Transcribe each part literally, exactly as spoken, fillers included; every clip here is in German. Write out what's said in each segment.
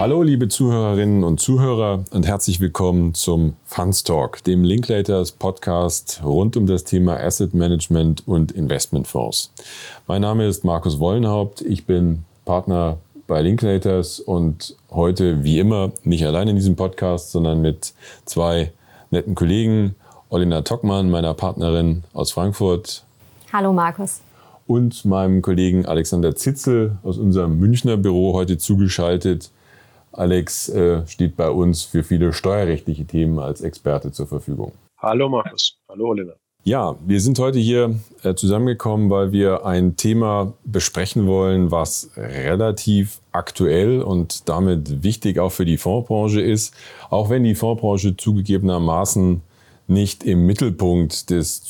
Hallo liebe Zuhörerinnen und Zuhörer und herzlich willkommen zum Fundstalk, dem Linklaters Podcast rund um das Thema Asset Management und Investmentfonds. Mein Name ist Markus Wollenhaupt, ich bin Partner bei Linklaters und heute wie immer nicht allein in diesem Podcast, sondern mit zwei netten Kollegen, Olina Tockmann, meiner Partnerin aus Frankfurt. Hallo Markus. Und meinem Kollegen Alexander Zitzel aus unserem Münchner Büro heute zugeschaltet. Alex äh, steht bei uns für viele steuerrechtliche Themen als Experte zur Verfügung. Hallo Markus, hallo Olina. Ja, wir sind heute hier äh, zusammengekommen, weil wir ein Thema besprechen wollen, was relativ aktuell und damit wichtig auch für die Fondsbranche ist. Auch wenn die Fondsbranche zugegebenermaßen nicht im Mittelpunkt des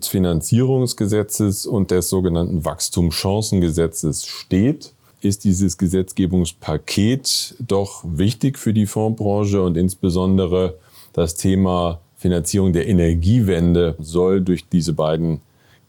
Zukunftsfinanzierungsgesetzes und des sogenannten Wachstumschancengesetzes steht, ist dieses Gesetzgebungspaket doch wichtig für die Fondsbranche und insbesondere das Thema Finanzierung der Energiewende soll durch diese beiden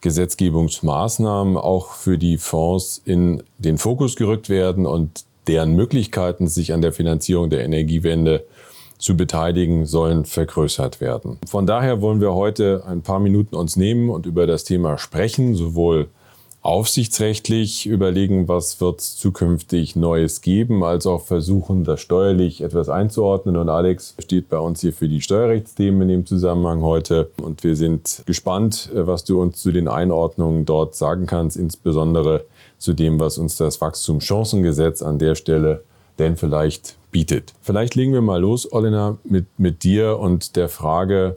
Gesetzgebungsmaßnahmen auch für die Fonds in den Fokus gerückt werden und deren Möglichkeiten, sich an der Finanzierung der Energiewende zu beteiligen, sollen vergrößert werden. Von daher wollen wir heute ein paar Minuten uns nehmen und über das Thema sprechen, sowohl aufsichtsrechtlich überlegen, was wird es zukünftig Neues geben, als auch versuchen, das steuerlich etwas einzuordnen. Und Alex steht bei uns hier für die Steuerrechtsthemen in dem Zusammenhang heute. Und wir sind gespannt, was du uns zu den Einordnungen dort sagen kannst, insbesondere zu dem, was uns das Wachstumschancengesetz an der Stelle denn vielleicht bietet. Vielleicht legen wir mal los, Olina, mit, mit dir und der Frage,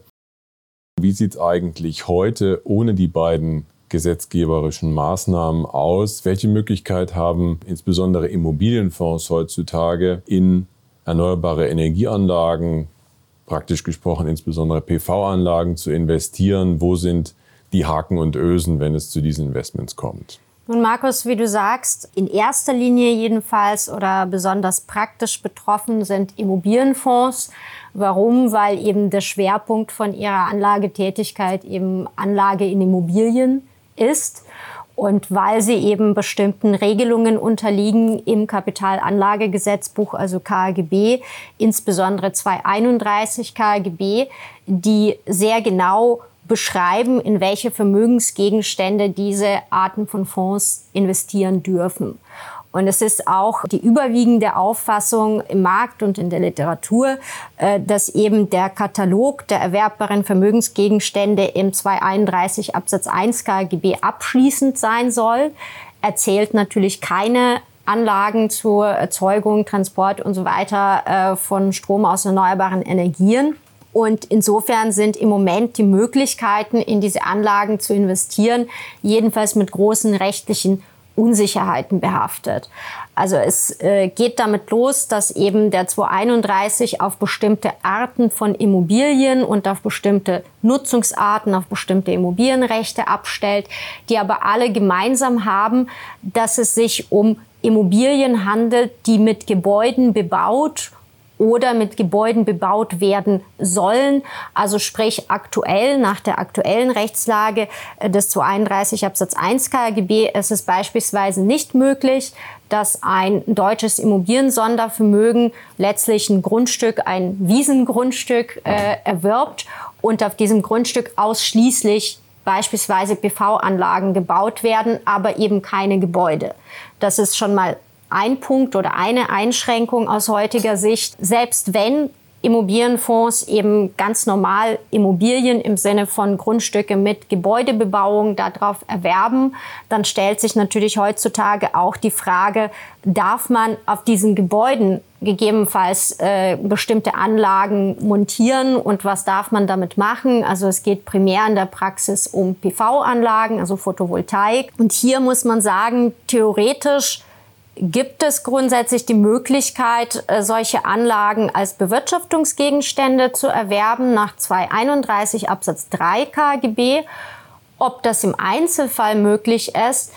wie sieht es eigentlich heute ohne die beiden gesetzgeberischen Maßnahmen aus? Welche Möglichkeit haben insbesondere Immobilienfonds heutzutage in erneuerbare Energieanlagen, praktisch gesprochen insbesondere P V-Anlagen zu investieren? Wo sind die Haken und Ösen, wenn es zu diesen Investments kommt? Nun Markus, wie du sagst, in erster Linie jedenfalls oder besonders praktisch betroffen sind Immobilienfonds. Warum? Weil eben der Schwerpunkt von ihrer Anlagetätigkeit eben Anlage in Immobilien ist und weil sie eben bestimmten Regelungen unterliegen im Kapitalanlagegesetzbuch, also K A G B, insbesondere zweihunderteinunddreißig K A G B, die sehr genau beschreiben, in welche Vermögensgegenstände diese Arten von Fonds investieren dürfen. Und es ist auch die überwiegende Auffassung im Markt und in der Literatur, dass eben der Katalog der erwerbbaren Vermögensgegenstände im zweihunderteinunddreißig Absatz eins K A G B abschließend sein soll. Er zählt natürlich keine Anlagen zur Erzeugung, Transport und so weiter von Strom aus erneuerbaren Energien. Und insofern sind im Moment die Möglichkeiten, in diese Anlagen zu investieren, jedenfalls mit großen rechtlichen Unsicherheiten behaftet. Also es äh, geht damit los, dass eben der zweihunderteinunddreißig auf bestimmte Arten von Immobilien und auf bestimmte Nutzungsarten, auf bestimmte Immobilienrechte abstellt, die aber alle gemeinsam haben, dass es sich um Immobilien handelt, die mit Gebäuden bebaut oder mit Gebäuden bebaut werden sollen. Also sprich aktuell, nach der aktuellen Rechtslage des zweihunderteinunddreißig Absatz eins K A G B ist es beispielsweise nicht möglich, dass ein deutsches Immobiliensondervermögen letztlich ein Grundstück, ein Wiesengrundstück äh, erwirbt und auf diesem Grundstück ausschließlich beispielsweise P V-Anlagen gebaut werden, aber eben keine Gebäude. Das ist schon mal ein Punkt oder eine Einschränkung aus heutiger Sicht. Selbst wenn Immobilienfonds eben ganz normal Immobilien im Sinne von Grundstücke mit Gebäudebebauung darauf erwerben, dann stellt sich natürlich heutzutage auch die Frage, darf man auf diesen Gebäuden gegebenenfalls äh, bestimmte Anlagen montieren und was darf man damit machen? Also es geht primär in der Praxis um P V-Anlagen, also Photovoltaik. Und hier muss man sagen, theoretisch gibt es grundsätzlich die Möglichkeit, solche Anlagen als Bewirtschaftungsgegenstände zu erwerben nach zweihunderteinunddreißig Absatz drei K A G B. Ob das im Einzelfall möglich ist,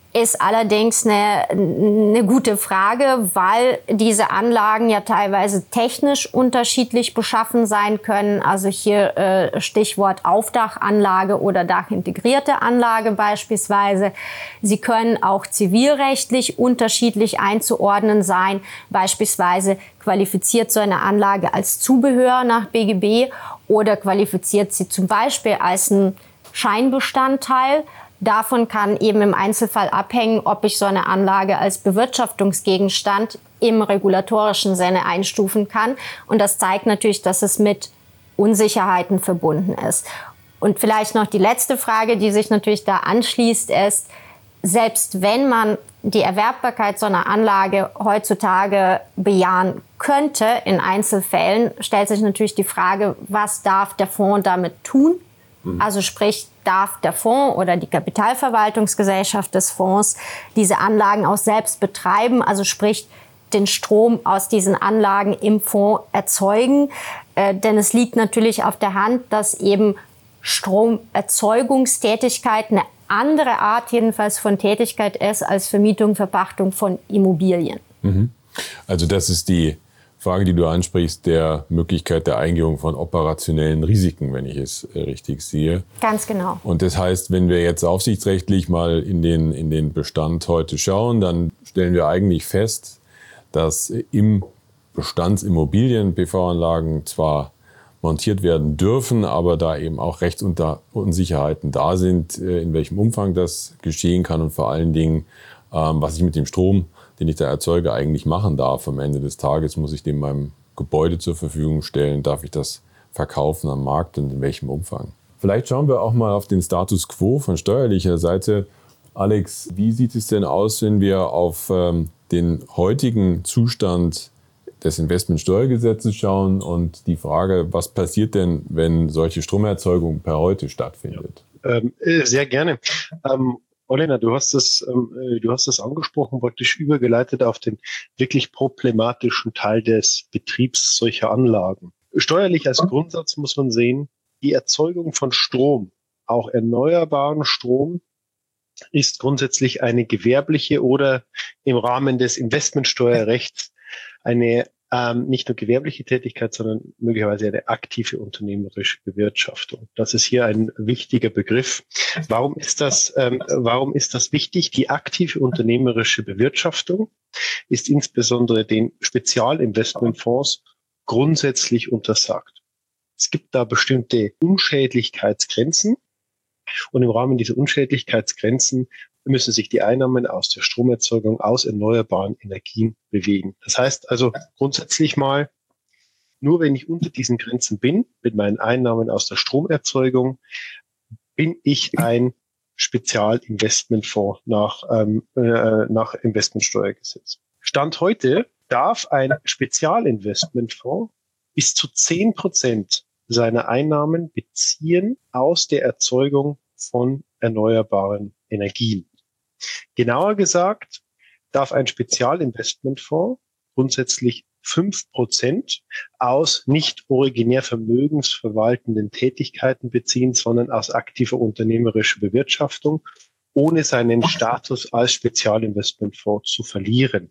Ist allerdings eine, eine gute Frage, weil diese Anlagen ja teilweise technisch unterschiedlich beschaffen sein können. Also hier äh, Stichwort Aufdachanlage oder dachintegrierte Anlage beispielsweise. Sie können auch zivilrechtlich unterschiedlich einzuordnen sein. Beispielsweise qualifiziert so eine Anlage als Zubehör nach B G B oder qualifiziert sie zum Beispiel als ein Scheinbestandteil. Davon kann eben im Einzelfall abhängen, ob ich so eine Anlage als Bewirtschaftungsgegenstand im regulatorischen Sinne einstufen kann. Und das zeigt natürlich, dass es mit Unsicherheiten verbunden ist. Und vielleicht noch die letzte Frage, die sich natürlich da anschließt, ist, selbst wenn man die Erwerbbarkeit so einer Anlage heutzutage bejahen könnte, in Einzelfällen, stellt sich natürlich die Frage, was darf der Fonds damit tun? Also sprich, darf der Fonds oder die Kapitalverwaltungsgesellschaft des Fonds diese Anlagen auch selbst betreiben, also sprich den Strom aus diesen Anlagen im Fonds erzeugen. Äh, denn es liegt natürlich auf der Hand, dass eben Stromerzeugungstätigkeit eine andere Art jedenfalls von Tätigkeit ist als Vermietung, Verpachtung von Immobilien. Mhm. Also das ist die Frage, die du ansprichst, der Möglichkeit der Eingehung von operationellen Risiken, wenn ich es richtig sehe. Ganz genau. Und das heißt, wenn wir jetzt aufsichtsrechtlich mal in den, in den Bestand heute schauen, dann stellen wir eigentlich fest, dass im Bestandsimmobilien-P V-Anlagen zwar montiert werden dürfen, aber da eben auch Rechtsunsicherheiten da sind, in welchem Umfang das geschehen kann und vor allen Dingen, was ich mit dem Strom, den ich da erzeuge, eigentlich machen darf. Am Ende des Tages muss ich den meinem Gebäude zur Verfügung stellen. Darf ich das verkaufen am Markt und in welchem Umfang? Vielleicht schauen wir auch mal auf den Status quo von steuerlicher Seite. Alex, wie sieht es denn aus, wenn wir auf ähm, den heutigen Zustand des Investmentsteuergesetzes schauen und die Frage, was passiert denn, wenn solche Stromerzeugung per heute stattfindet? Ja, ähm, sehr gerne. Ähm, Olena, du hast das, ähm, du hast das angesprochen, praktisch übergeleitet auf den wirklich problematischen Teil des Betriebs solcher Anlagen. Steuerlich als Grundsatz muss man sehen, die Erzeugung von Strom, auch erneuerbaren Strom, ist grundsätzlich eine gewerbliche oder im Rahmen des Investmentsteuerrechts eine ähm, nicht nur gewerbliche Tätigkeit, sondern möglicherweise eine aktive unternehmerische Bewirtschaftung. Das ist hier ein wichtiger Begriff. Warum ist das, ähm, warum ist das wichtig? Die aktive unternehmerische Bewirtschaftung ist insbesondere den Spezialinvestmentfonds grundsätzlich untersagt. Es gibt da bestimmte Unschädlichkeitsgrenzen. Und im Rahmen dieser Unschädlichkeitsgrenzen müssen sich die Einnahmen aus der Stromerzeugung aus erneuerbaren Energien bewegen. Das heißt also grundsätzlich mal, nur wenn ich unter diesen Grenzen bin, mit meinen Einnahmen aus der Stromerzeugung, bin ich ein Spezialinvestmentfonds nach, ähm, äh, nach Investmentsteuergesetz. Stand heute darf ein Spezialinvestmentfonds bis zu zehn Prozent seine Einnahmen beziehen aus der Erzeugung von erneuerbaren Energien. Genauer gesagt darf ein Spezialinvestmentfonds grundsätzlich fünf Prozent aus nicht originär vermögensverwaltenden Tätigkeiten beziehen, sondern aus aktiver unternehmerischer Bewirtschaftung, ohne seinen Status als Spezialinvestmentfonds zu verlieren.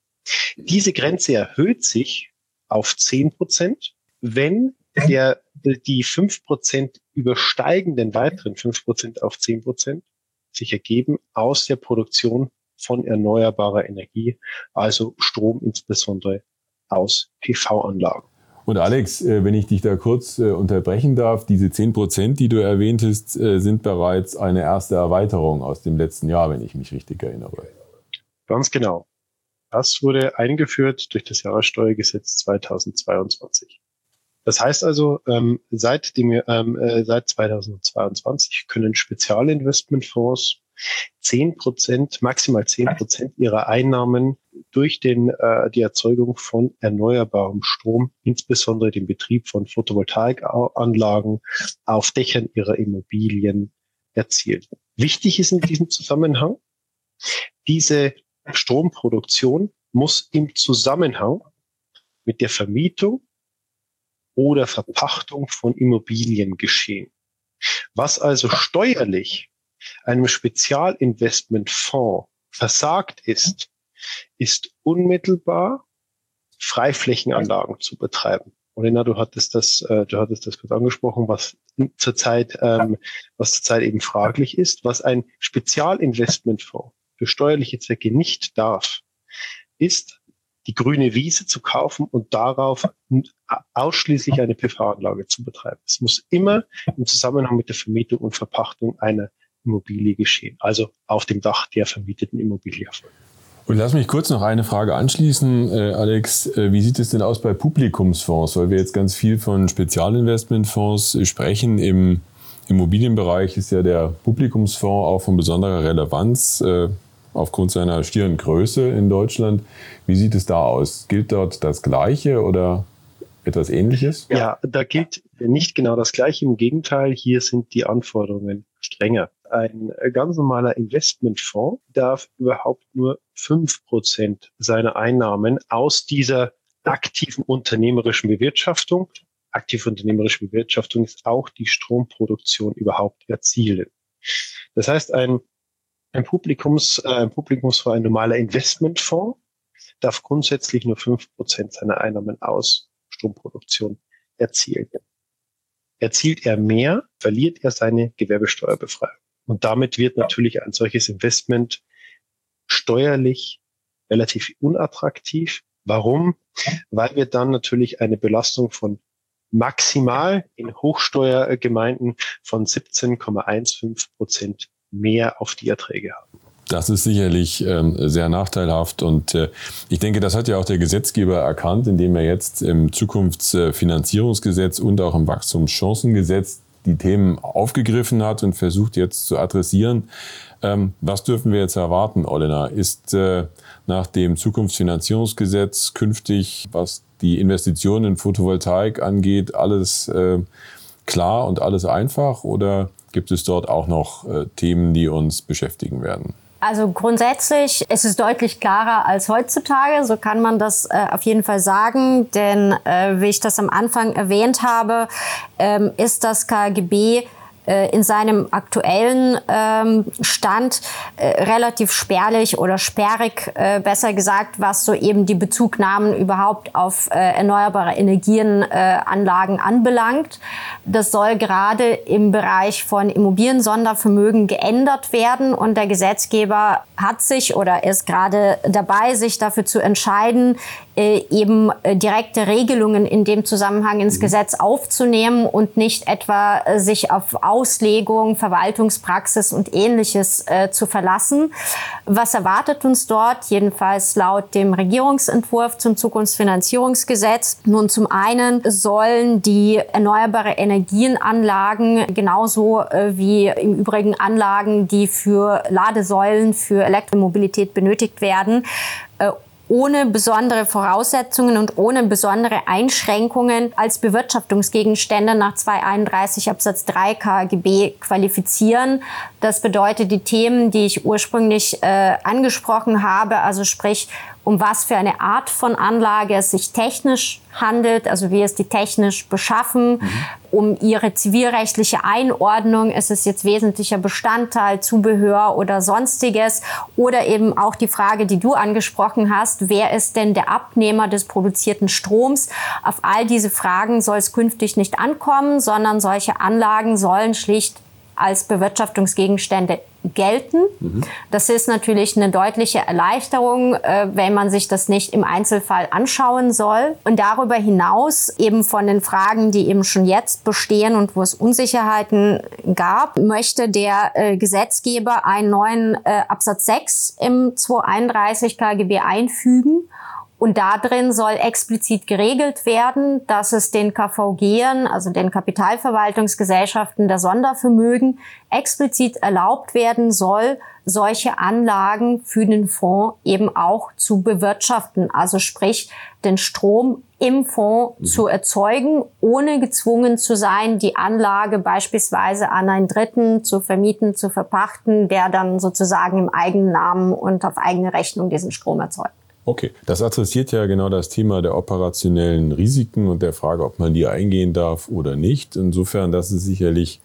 Diese Grenze erhöht sich auf zehn Prozent, wenn der, die fünf Prozent übersteigenden weiteren fünf Prozent auf zehn Prozent sich ergeben aus der Produktion von erneuerbarer Energie, also Strom insbesondere aus P V-Anlagen. Und Alex, wenn ich dich da kurz unterbrechen darf, diese zehn Prozent, die du erwähntest, sind bereits eine erste Erweiterung aus dem letzten Jahr, wenn ich mich richtig erinnere. Ganz genau. Das wurde eingeführt durch das Jahressteuergesetz zweitausendzweiundzwanzig. Das heißt also, ähm, seit dem, ähm, äh, seit zweitausendzweiundzwanzig können Spezialinvestmentfonds zehn Prozent, maximal zehn Prozent ihrer Einnahmen durch den, äh, die Erzeugung von erneuerbarem Strom, insbesondere den Betrieb von Photovoltaikanlagen auf Dächern ihrer Immobilien erzielen. Wichtig ist in diesem Zusammenhang, diese Stromproduktion muss im Zusammenhang mit der Vermietung oder Verpachtung von Immobilien geschehen. Was also steuerlich einem Spezialinvestmentfonds versagt ist, ist unmittelbar Freiflächenanlagen zu betreiben. Olena, du hattest das, äh, du hattest das kurz angesprochen, was zurzeit, ähm, was zurzeit eben fraglich ist. Was ein Spezialinvestmentfonds für steuerliche Zwecke nicht darf, ist die grüne Wiese zu kaufen und darauf ausschließlich eine P V-Anlage zu betreiben. Es muss immer im Zusammenhang mit der Vermietung und Verpachtung einer Immobilie geschehen, also auf dem Dach der vermieteten Immobilie erfolgen. Und lass mich kurz noch eine Frage anschließen, äh, Alex. Äh, wie sieht es denn aus bei Publikumsfonds? Weil wir jetzt ganz viel von Spezialinvestmentfonds sprechen. Im Immobilienbereich ist ja der Publikumsfonds auch von besonderer Relevanz äh, aufgrund seiner schieren Größe in Deutschland. Wie sieht es da aus? Gilt dort das Gleiche oder etwas Ähnliches? Ja, da gilt nicht genau das Gleiche. Im Gegenteil, hier sind die Anforderungen strenger. Ein ganz normaler Investmentfonds darf überhaupt nur fünf Prozent seiner Einnahmen aus dieser aktiven unternehmerischen Bewirtschaftung, aktive unternehmerische Bewirtschaftung ist auch die Stromproduktion überhaupt erzielen. Das heißt, ein, ein, Publikums, äh, ein Publikumsfonds, ein normaler Investmentfonds, darf grundsätzlich nur fünf Prozent seiner Einnahmen aus Stromproduktion erzielen. Erzielt er mehr, verliert er seine Gewerbesteuerbefreiung. Und damit wird natürlich ein solches Investment steuerlich relativ unattraktiv. Warum? Weil wir dann natürlich eine Belastung von maximal in Hochsteuergemeinden von siebzehn Komma fünfzehn Prozent mehr auf die Erträge haben. Das ist sicherlich ähm, sehr nachteilhaft und äh, ich denke, das hat ja auch der Gesetzgeber erkannt, indem er jetzt im Zukunftsfinanzierungsgesetz und auch im Wachstumschancengesetz die Themen aufgegriffen hat und versucht jetzt zu adressieren. Ähm, was dürfen wir jetzt erwarten, Olena? Ist äh, nach dem Zukunftsfinanzierungsgesetz künftig, was die Investitionen in Photovoltaik angeht, alles äh, klar und alles einfach oder gibt es dort auch noch äh, Themen, die uns beschäftigen werden? Also grundsätzlich ist es deutlich klarer als heutzutage, so kann man das äh, auf jeden Fall sagen, denn äh, wie ich das am Anfang erwähnt habe, ähm, ist das K G B äh, in seinem aktuellen ähm, Stand äh, relativ spärlich oder sperrig, äh, besser gesagt, was so eben die Bezugnahmen überhaupt auf äh, erneuerbare Energienanlagen äh, anbelangt. Das soll gerade im Bereich von Immobilien-Sondervermögen geändert werden und der Gesetzgeber hat sich oder ist gerade dabei, sich dafür zu entscheiden, äh, eben äh, direkte Regelungen in dem Zusammenhang ins mhm. Gesetz aufzunehmen und nicht etwa äh, sich auf Auslegung, Verwaltungspraxis und Ähnliches äh, zu verlassen. Was erwartet uns dort? Jedenfalls laut dem Regierungsentwurf zum Zukunftsfinanzierungsgesetz. Nun zum einen sollen die erneuerbare Energienanlagen genauso äh, wie im Übrigen Anlagen, die für Ladesäulen für Elektromobilität benötigt werden, äh, ohne besondere Voraussetzungen und ohne besondere Einschränkungen als Bewirtschaftungsgegenstände nach zweihunderteinunddreißig Absatz drei K G B qualifizieren. Das bedeutet, die Themen, die ich ursprünglich äh, angesprochen habe, also sprich, um was für eine Art von Anlage es sich technisch handelt, also wie es die technisch beschaffen, mhm. um ihre zivilrechtliche Einordnung, ist es jetzt wesentlicher Bestandteil, Zubehör oder Sonstiges, oder eben auch die Frage, die du angesprochen hast, wer ist denn der Abnehmer des produzierten Stroms? Auf all diese Fragen soll es künftig nicht ankommen, sondern solche Anlagen sollen schlicht als Bewirtschaftungsgegenstände gelten. Mhm. Das ist natürlich eine deutliche Erleichterung, äh, wenn man sich das nicht im Einzelfall anschauen soll. Und darüber hinaus eben von den Fragen, die eben schon jetzt bestehen und wo es Unsicherheiten gab, möchte der äh, Gesetzgeber einen neuen äh, Absatz sechs im zweihunderteinunddreißig K G B einfügen. Und da drin soll explizit geregelt werden, dass es den K V G'en, also den Kapitalverwaltungsgesellschaften der Sondervermögen, explizit erlaubt werden soll, solche Anlagen für den Fonds eben auch zu bewirtschaften. Also sprich, den Strom im Fonds mhm. zu erzeugen, ohne gezwungen zu sein, die Anlage beispielsweise an einen Dritten zu vermieten, zu verpachten, der dann sozusagen im eigenen Namen und auf eigene Rechnung diesen Strom erzeugt. Okay, das adressiert ja genau das Thema der operationellen Risiken und der Frage, ob man die eingehen darf oder nicht. Insofern, das ist sicherlich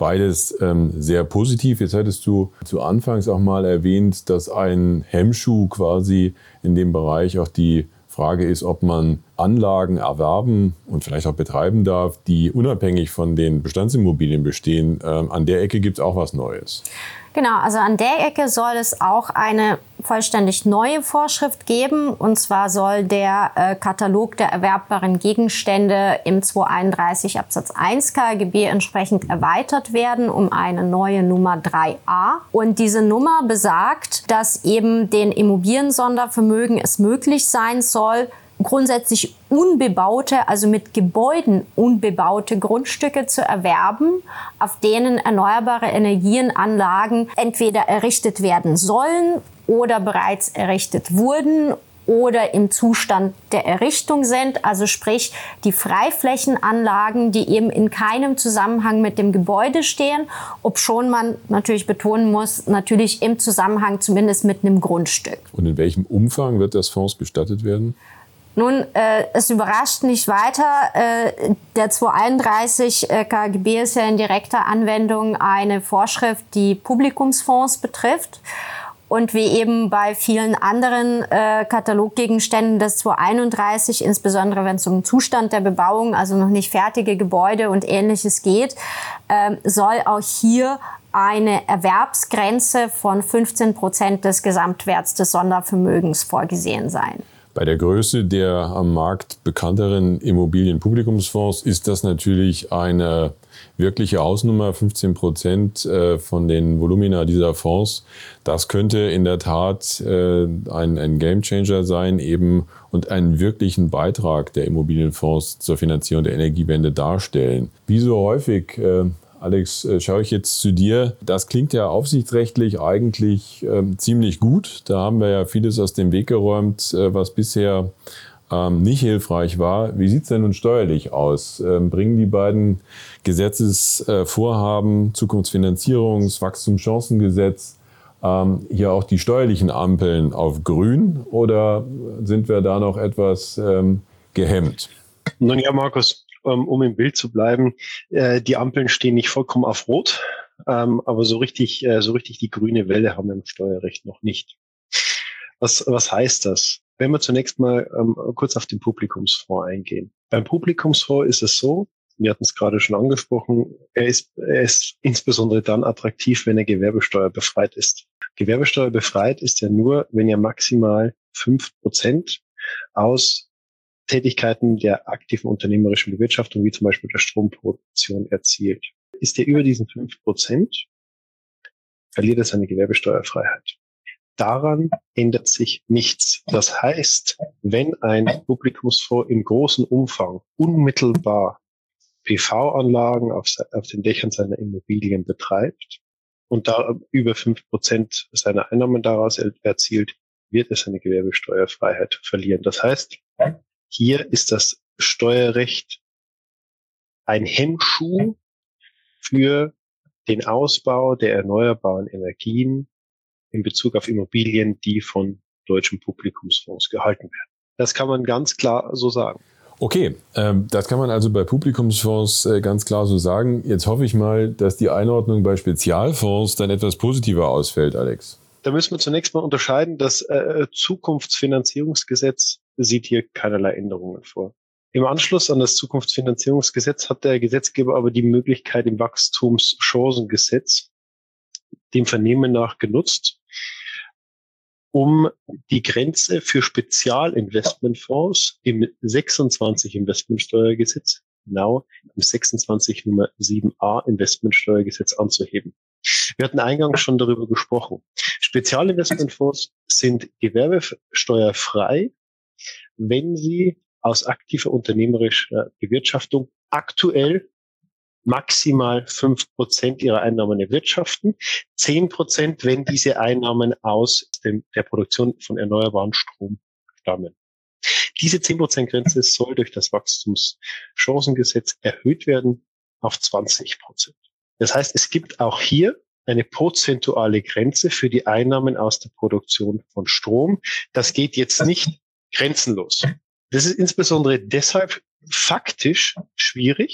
Beides ähm, sehr positiv. Jetzt hattest du zu Anfangs auch mal erwähnt, dass ein Hemmschuh quasi in dem Bereich auch die Frage ist, ob man Anlagen erwerben und vielleicht auch betreiben darf, die unabhängig von den Bestandsimmobilien bestehen. Ähm, an der Ecke gibt es auch was Neues. Genau, also an der Ecke soll es auch eine vollständig neue Vorschrift geben. Und zwar soll der äh, Katalog der erwerbbaren Gegenstände im zweihunderteinunddreißig Absatz eins K G B entsprechend erweitert werden um eine neue Nummer drei a. Und diese Nummer besagt, dass eben den Immobilien-Sondervermögen es möglich sein soll, grundsätzlich unbebaute, also mit Gebäuden unbebaute Grundstücke zu erwerben, auf denen erneuerbare Energienanlagen entweder errichtet werden sollen oder bereits errichtet wurden oder im Zustand der Errichtung sind. Also sprich die Freiflächenanlagen, die eben in keinem Zusammenhang mit dem Gebäude stehen, obschon man natürlich betonen muss, natürlich im Zusammenhang zumindest mit einem Grundstück. Und in welchem Umfang wird das Fonds gestattet werden? Nun, äh, es überrascht nicht weiter. Äh, der zweihunderteinunddreißig K G B ist ja in direkter Anwendung eine Vorschrift, die Publikumsfonds betrifft. Und wie eben bei vielen anderen äh, Kataloggegenständen des zweihunderteinunddreißig, insbesondere wenn es um den Zustand der Bebauung, also noch nicht fertige Gebäude und Ähnliches geht, äh, soll auch hier eine Erwerbsgrenze von fünfzehn Prozent des Gesamtwerts des Sondervermögens vorgesehen sein. Bei der Größe der am Markt bekannteren Immobilienpublikumsfonds ist das natürlich eine wirkliche Hausnummer, fünfzehn Prozent von den Volumina dieser Fonds. Das könnte in der Tat ein, ein Gamechanger sein eben und einen wirklichen Beitrag der Immobilienfonds zur Finanzierung der Energiewende darstellen. Wie so häufig, Alex, schaue ich jetzt zu dir. Das klingt ja aufsichtsrechtlich eigentlich ähm, ziemlich gut. Da haben wir ja vieles aus dem Weg geräumt, äh, was bisher ähm, nicht hilfreich war. Wie sieht es denn nun steuerlich aus? Ähm, bringen die beiden Gesetzesvorhaben, äh, Zukunftsfinanzierungs-, Wachstumschancengesetz, ähm, hier auch die steuerlichen Ampeln auf grün oder sind wir da noch etwas ähm, gehemmt? Nun ja, Markus, um im Bild zu bleiben, äh, die Ampeln stehen nicht vollkommen auf Rot, ähm, aber so richtig, äh, so richtig die grüne Welle haben wir im Steuerrecht noch nicht. Was, was heißt das? Wenn wir zunächst mal ähm, kurz auf den Publikumsfonds eingehen. Beim Publikumsfonds ist es so, wir hatten es gerade schon angesprochen, er ist, er ist insbesondere dann attraktiv, wenn er gewerbesteuerbefreit ist. Gewerbesteuerbefreit ist er nur, wenn er maximal fünf Prozent aus Tätigkeiten der aktiven unternehmerischen Bewirtschaftung, wie zum Beispiel der Stromproduktion, erzielt. Ist er über diesen fünf Prozent, verliert er seine Gewerbesteuerfreiheit. Daran ändert sich nichts. Das heißt, wenn ein Publikumsfonds in großem Umfang unmittelbar P V-Anlagen auf, auf den Dächern seiner Immobilien betreibt und da über fünf Prozent seiner Einnahmen daraus erzielt, wird er seine Gewerbesteuerfreiheit verlieren. Das heißt, hier ist das Steuerrecht ein Hemmschuh für den Ausbau der erneuerbaren Energien in Bezug auf Immobilien, die von deutschen Publikumsfonds gehalten werden. Das kann man ganz klar so sagen. Okay, ähm, das kann man also bei Publikumsfonds äh, ganz klar so sagen. Jetzt hoffe ich mal, dass die Einordnung bei Spezialfonds dann etwas positiver ausfällt, Alex. Da müssen wir zunächst mal unterscheiden, das äh, Zukunftsfinanzierungsgesetz sieht hier keinerlei Änderungen vor. Im Anschluss an das Zukunftsfinanzierungsgesetz hat der Gesetzgeber aber die Möglichkeit im Wachstumschancengesetz dem Vernehmen nach genutzt, um die Grenze für Spezialinvestmentfonds im sechsundzwanzig Investmentsteuergesetz, genau im sechsundzwanzig Nummer sieben a Investmentsteuergesetz anzuheben. Wir hatten eingangs schon darüber gesprochen. Spezialinvestmentfonds sind gewerbesteuerfrei, wenn sie aus aktiver unternehmerischer Bewirtschaftung aktuell maximal fünf Prozent ihrer Einnahmen erwirtschaften, zehn Prozent, wenn diese Einnahmen aus dem, der Produktion von erneuerbaren Strom stammen. Diese zehn Prozent Grenze soll durch das Wachstumschancengesetz erhöht werden auf zwanzig Prozent. Das heißt, es gibt auch hier eine prozentuale Grenze für die Einnahmen aus der Produktion von Strom. Das geht jetzt nicht grenzenlos. Das ist insbesondere deshalb faktisch schwierig,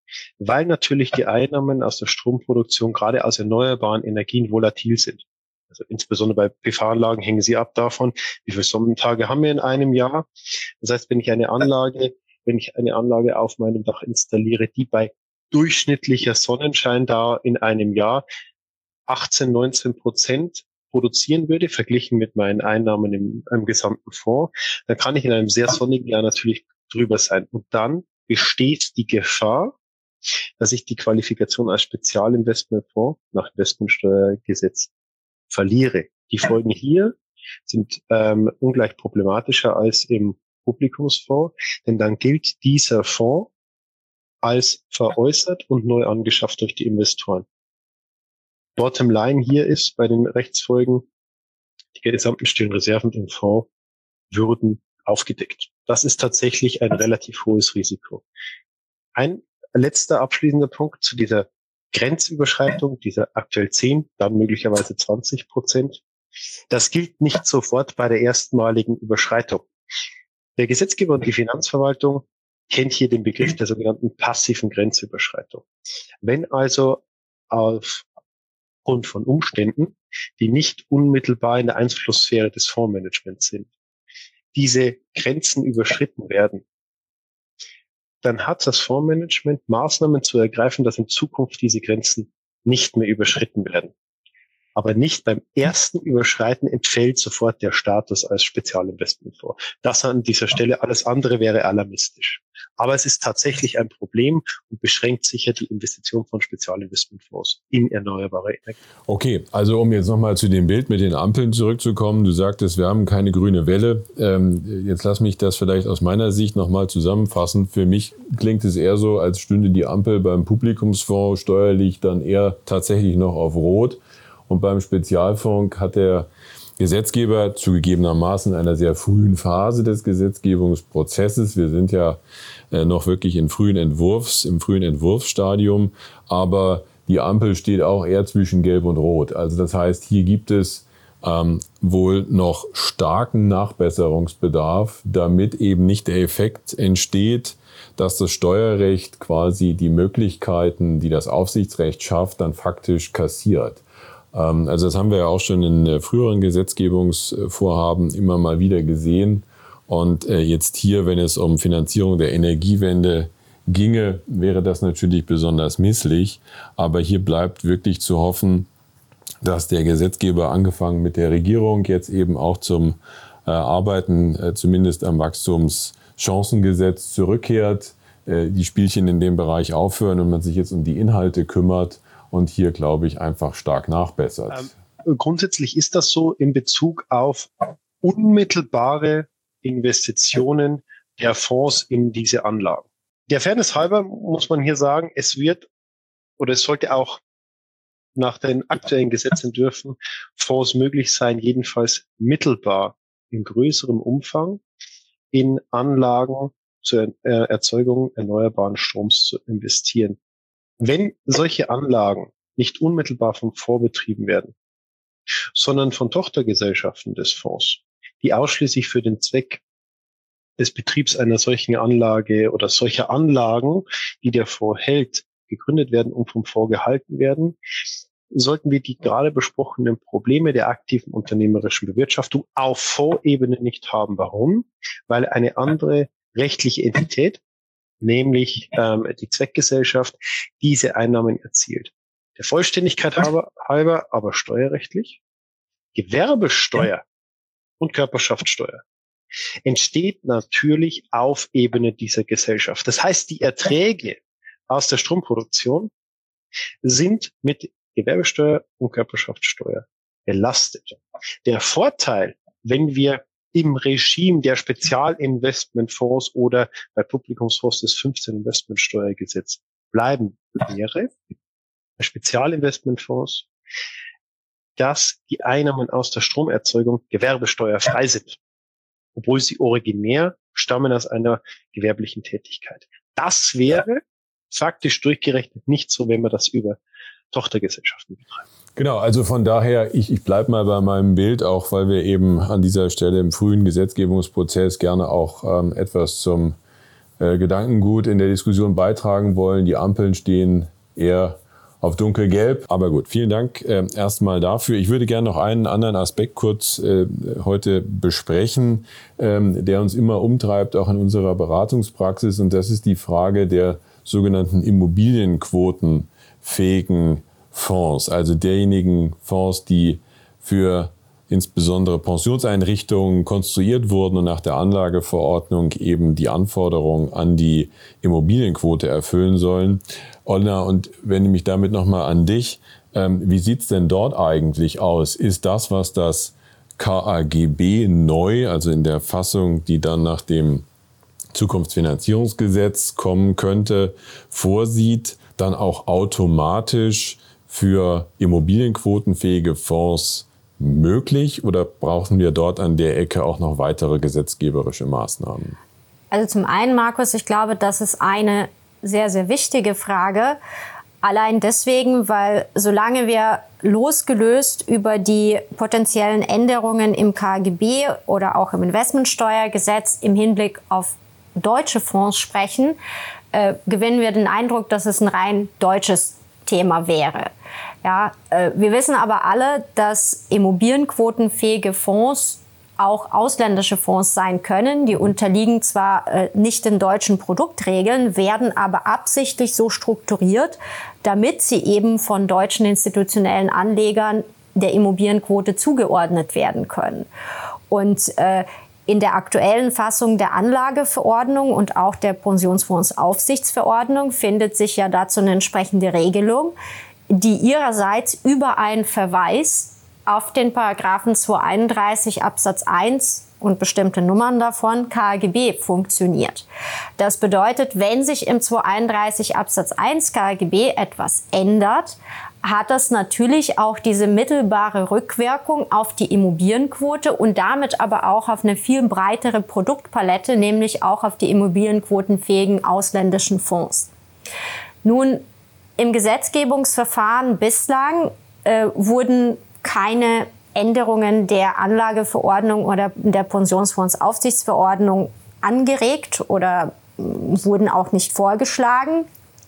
weil natürlich die Einnahmen aus der Stromproduktion gerade aus erneuerbaren Energien volatil sind. Also insbesondere bei P V-Anlagen hängen sie ab davon, wie viele Sonnentage haben wir in einem Jahr. Das heißt, wenn ich eine Anlage, wenn ich eine Anlage auf meinem Dach installiere, die bei durchschnittlicher Sonnenschein da in einem Jahr achtzehn, neunzehn Prozent produzieren würde, verglichen mit meinen Einnahmen im, im gesamten Fonds, dann kann ich in einem sehr sonnigen Jahr natürlich drüber sein. Und dann besteht die Gefahr, dass ich die Qualifikation als Spezialinvestmentfonds nach Investmentsteuergesetz verliere. Die Folgen hier sind ähm, ungleich problematischer als im Publikumsfonds, denn dann gilt dieser Fonds als veräußert und neu angeschafft durch die Investoren. Bottom line hier ist bei den Rechtsfolgen, die gesamten stillen Reserven im Fonds würden aufgedeckt. Das ist tatsächlich ein relativ hohes Risiko. Ein letzter abschließender Punkt zu dieser Grenzüberschreitung, dieser aktuell zehn, dann möglicherweise zwanzig Prozent. Das gilt nicht sofort bei der erstmaligen Überschreitung. Der Gesetzgeber und die Finanzverwaltung kennt hier den Begriff der sogenannten passiven Grenzüberschreitung. Wenn also aufgrund von Umständen, die nicht unmittelbar in der Einflusssphäre des Fondsmanagements sind, diese Grenzen überschritten werden, dann hat das Fondsmanagement Maßnahmen zu ergreifen, dass in Zukunft diese Grenzen nicht mehr überschritten werden. Aber nicht beim ersten Überschreiten entfällt sofort der Status als Spezialinvestmentfonds. Das an dieser Stelle, alles andere wäre alarmistisch. Aber es ist tatsächlich ein Problem und beschränkt sicher die Investition von Spezialinvestmentfonds in erneuerbare Energie. Okay, also um jetzt nochmal zu dem Bild mit den Ampeln zurückzukommen. Du sagtest, wir haben keine grüne Welle. Ähm, jetzt lass mich das vielleicht aus meiner Sicht nochmal zusammenfassen. Für mich klingt es eher so, als stünde die Ampel beim Publikumsfonds steuerlich dann eher tatsächlich noch auf Rot. Und beim Spezialfonds hat der Gesetzgeber zugegebenermaßen in einer sehr frühen Phase des Gesetzgebungsprozesses, wir sind ja äh, noch wirklich in frühen Entwurfs, im frühen Entwurfsstadium, aber die Ampel steht auch eher zwischen Gelb und Rot. Also das heißt, hier gibt es ähm, wohl noch starken Nachbesserungsbedarf, damit eben nicht der Effekt entsteht, dass das Steuerrecht quasi die Möglichkeiten, die das Aufsichtsrecht schafft, dann faktisch kassiert. Also das haben wir ja auch schon in früheren Gesetzgebungsvorhaben immer mal wieder gesehen. Und jetzt hier, wenn es um Finanzierung der Energiewende ginge, wäre das natürlich besonders misslich. Aber hier bleibt wirklich zu hoffen, dass der Gesetzgeber angefangen mit der Regierung jetzt eben auch zum Arbeiten zumindest am Wachstumschancengesetz zurückkehrt, die Spielchen in dem Bereich aufhören und man sich jetzt um die Inhalte kümmert. Und hier, glaube ich, einfach stark nachbessert. Ähm, grundsätzlich ist das so in Bezug auf unmittelbare Investitionen der Fonds in diese Anlagen. Der Fairness halber muss man hier sagen, es wird oder es sollte auch nach den aktuellen Gesetzentwürfen Fonds möglich sein, jedenfalls mittelbar in größerem Umfang in Anlagen zur Erzeugung erneuerbaren Stroms zu investieren. Wenn solche Anlagen nicht unmittelbar vom Fonds betrieben werden, sondern von Tochtergesellschaften des Fonds, die ausschließlich für den Zweck des Betriebs einer solchen Anlage oder solcher Anlagen, die der Fonds hält, gegründet werden und vom Fonds gehalten werden, sollten wir die gerade besprochenen Probleme der aktiven unternehmerischen Bewirtschaftung auf Fondsebene nicht haben. Warum? Weil eine andere rechtliche Entität, nämlich ähm, die Zweckgesellschaft, diese Einnahmen erzielt. Der Vollständigkeit halber, halber aber steuerrechtlich, Gewerbesteuer und Körperschaftssteuer entsteht natürlich auf Ebene dieser Gesellschaft. Das heißt, die Erträge aus der Stromproduktion sind mit Gewerbesteuer und Körperschaftssteuer belastet. Der Vorteil, wenn wir im Regime der Spezialinvestmentfonds oder bei Publikumsfonds des fünfzehnten Investmentsteuergesetz bleiben wäre, bei Spezialinvestmentfonds, dass die Einnahmen aus der Stromerzeugung gewerbesteuerfrei sind, obwohl sie originär stammen aus einer gewerblichen Tätigkeit. Das wäre faktisch durchgerechnet nicht so, wenn man das über Tochtergesellschaften betreibt. Genau, also von daher, ich, ich bleibe mal bei meinem Bild, auch weil wir eben an dieser Stelle im frühen Gesetzgebungsprozess gerne auch ähm, etwas zum äh, Gedankengut in der Diskussion beitragen wollen. Die Ampeln stehen eher auf dunkelgelb. Aber gut, vielen Dank äh, erstmal dafür. Ich würde gerne noch einen anderen Aspekt kurz äh, heute besprechen, ähm, der uns immer umtreibt, auch in unserer Beratungspraxis. Und das ist die Frage der sogenannten immobilienquotenfähigen Fonds. Also derjenigen Fonds, die für insbesondere Pensionseinrichtungen konstruiert wurden und nach der Anlageverordnung eben die Anforderungen an die Immobilienquote erfüllen sollen. Olena, und wende mich damit nochmal an dich. Ähm, wie sieht's denn dort eigentlich aus? Ist das, was das K A G B neu, also in der Fassung, die dann nach dem Zukunftsfinanzierungsgesetz kommen könnte, vorsieht, dann auch automatisch für immobilienquotenfähige Fonds möglich, oder brauchen wir dort an der Ecke auch noch weitere gesetzgeberische Maßnahmen? Also zum einen, Markus, ich glaube, das ist eine sehr, sehr wichtige Frage. Allein deswegen, weil solange wir losgelöst über die potenziellen Änderungen im K A G B oder auch im Investmentsteuergesetz im Hinblick auf deutsche Fonds sprechen, äh, gewinnen wir den Eindruck, dass es ein rein deutsches Thema wäre. Ja, äh, wir wissen aber alle, dass immobilienquotenfähige Fonds auch ausländische Fonds sein können. Die unterliegen zwar äh, nicht den deutschen Produktregeln, werden aber absichtlich so strukturiert, damit sie eben von deutschen institutionellen Anlegern der Immobilienquote zugeordnet werden können. Und äh, in der aktuellen Fassung der Anlageverordnung und auch der Pensionsfondsaufsichtsverordnung findet sich ja dazu eine entsprechende Regelung, die ihrerseits über einen Verweis auf den Paragraphen zweihunderteinunddreißig Absatz eins und bestimmte Nummern davon K A G B funktioniert. Das bedeutet, wenn sich im zweihunderteinunddreißig Absatz eins K A G B etwas ändert, hat das natürlich auch diese mittelbare Rückwirkung auf die Immobilienquote und damit aber auch auf eine viel breitere Produktpalette, nämlich auch auf die immobilienquotenfähigen ausländischen Fonds. Nun, im Gesetzgebungsverfahren bislang äh, wurden keine Änderungen der Anlageverordnung oder der Pensionsfondsaufsichtsverordnung angeregt oder wurden auch nicht vorgeschlagen.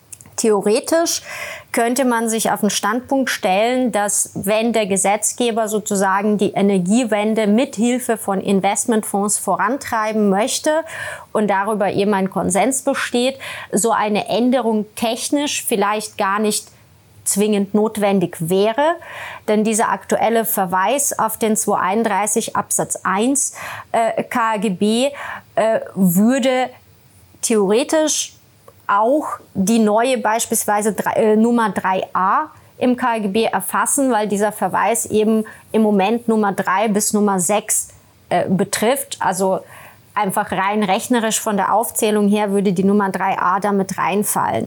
Theoretisch könnte man sich auf den Standpunkt stellen, dass wenn der Gesetzgeber sozusagen die Energiewende mit Hilfe von Investmentfonds vorantreiben möchte und darüber eben ein Konsens besteht, so eine Änderung technisch vielleicht gar nicht zwingend notwendig wäre, denn dieser aktuelle Verweis auf den zweihunderteinunddreißig Absatz eins äh, K A G B äh, würde theoretisch auch die neue beispielsweise drei, äh, Nummer drei a im K A G B erfassen, weil dieser Verweis eben im Moment Nummer drei bis Nummer sechs äh, betrifft. Also einfach rein rechnerisch von der Aufzählung her würde die Nummer drei a damit reinfallen.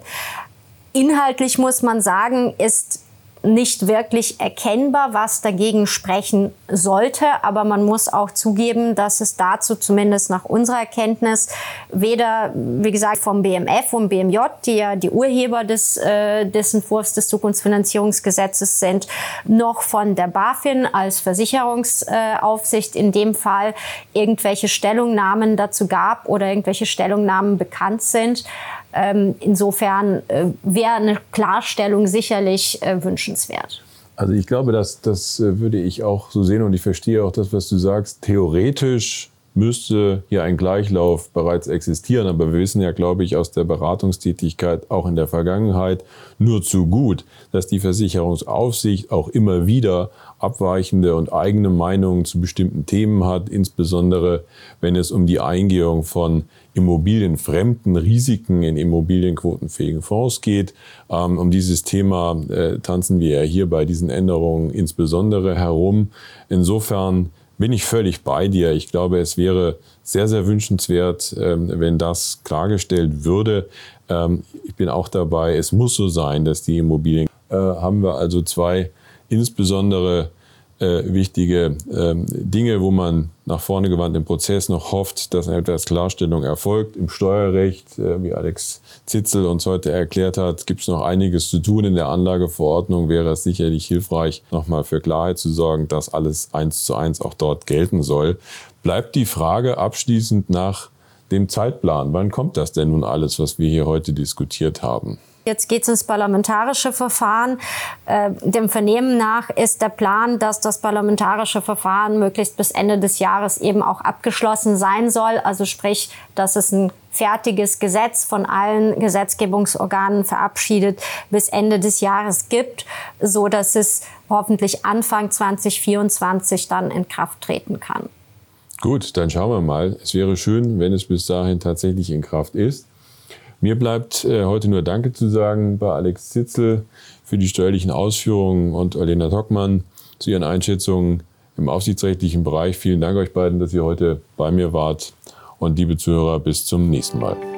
Inhaltlich muss man sagen, ist nicht wirklich erkennbar, was dagegen sprechen sollte. Aber man muss auch zugeben, dass es dazu zumindest nach unserer Erkenntnis weder, wie gesagt, vom B M F und B M J, die ja die Urheber des, äh, des Entwurfs des Zukunftsfinanzierungsgesetzes sind, noch von der BaFin als Versicherungsaufsicht in dem Fall irgendwelche Stellungnahmen dazu gab oder irgendwelche Stellungnahmen bekannt sind. Insofern wäre eine Klarstellung sicherlich wünschenswert. Also ich glaube, das, das würde ich auch so sehen und ich verstehe auch das, was du sagst. Theoretisch müsste hier ein Gleichlauf bereits existieren, aber wir wissen ja, glaube ich, aus der Beratungstätigkeit auch in der Vergangenheit nur zu gut, dass die Versicherungsaufsicht auch immer wieder abweichende und eigene Meinungen zu bestimmten Themen hat, insbesondere wenn es um die Eingehung von immobilienfremden Risiken in immobilienquotenfähigen Fonds geht. Ähm, um dieses Thema äh, tanzen wir ja hier bei diesen Änderungen insbesondere herum. Insofern bin ich völlig bei dir. Ich glaube, es wäre sehr, sehr wünschenswert, ähm, wenn das klargestellt würde. Ähm, ich bin auch dabei, es muss so sein, dass die Immobilien, äh, haben wir also zwei insbesondere äh, wichtige ähm, Dinge, wo man nach vorne gewandt im Prozess noch hofft, dass eine etwas Klarstellung erfolgt. Im Steuerrecht, äh, wie Alex Zitzel uns heute erklärt hat, gibt es noch einiges zu tun. In der Anlageverordnung wäre es sicherlich hilfreich, nochmal für Klarheit zu sorgen, dass alles eins zu eins auch dort gelten soll. Bleibt die Frage abschließend nach dem Zeitplan. Wann kommt das denn nun alles, was wir hier heute diskutiert haben? Jetzt geht es ins parlamentarische Verfahren. Äh, dem Vernehmen nach ist der Plan, dass das parlamentarische Verfahren möglichst bis Ende des Jahres eben auch abgeschlossen sein soll. Also sprich, dass es ein fertiges Gesetz von allen Gesetzgebungsorganen verabschiedet bis Ende des Jahres gibt, so dass es hoffentlich Anfang zwanzig vierundzwanzig dann in Kraft treten kann. Gut, dann schauen wir mal. Es wäre schön, wenn es bis dahin tatsächlich in Kraft ist. Mir bleibt äh, heute nur Danke zu sagen bei Alex Zitzel für die steuerlichen Ausführungen und Olena Tockmann zu ihren Einschätzungen im aufsichtsrechtlichen Bereich. Vielen Dank euch beiden, dass ihr heute bei mir wart. Und liebe Zuhörer, bis zum nächsten Mal.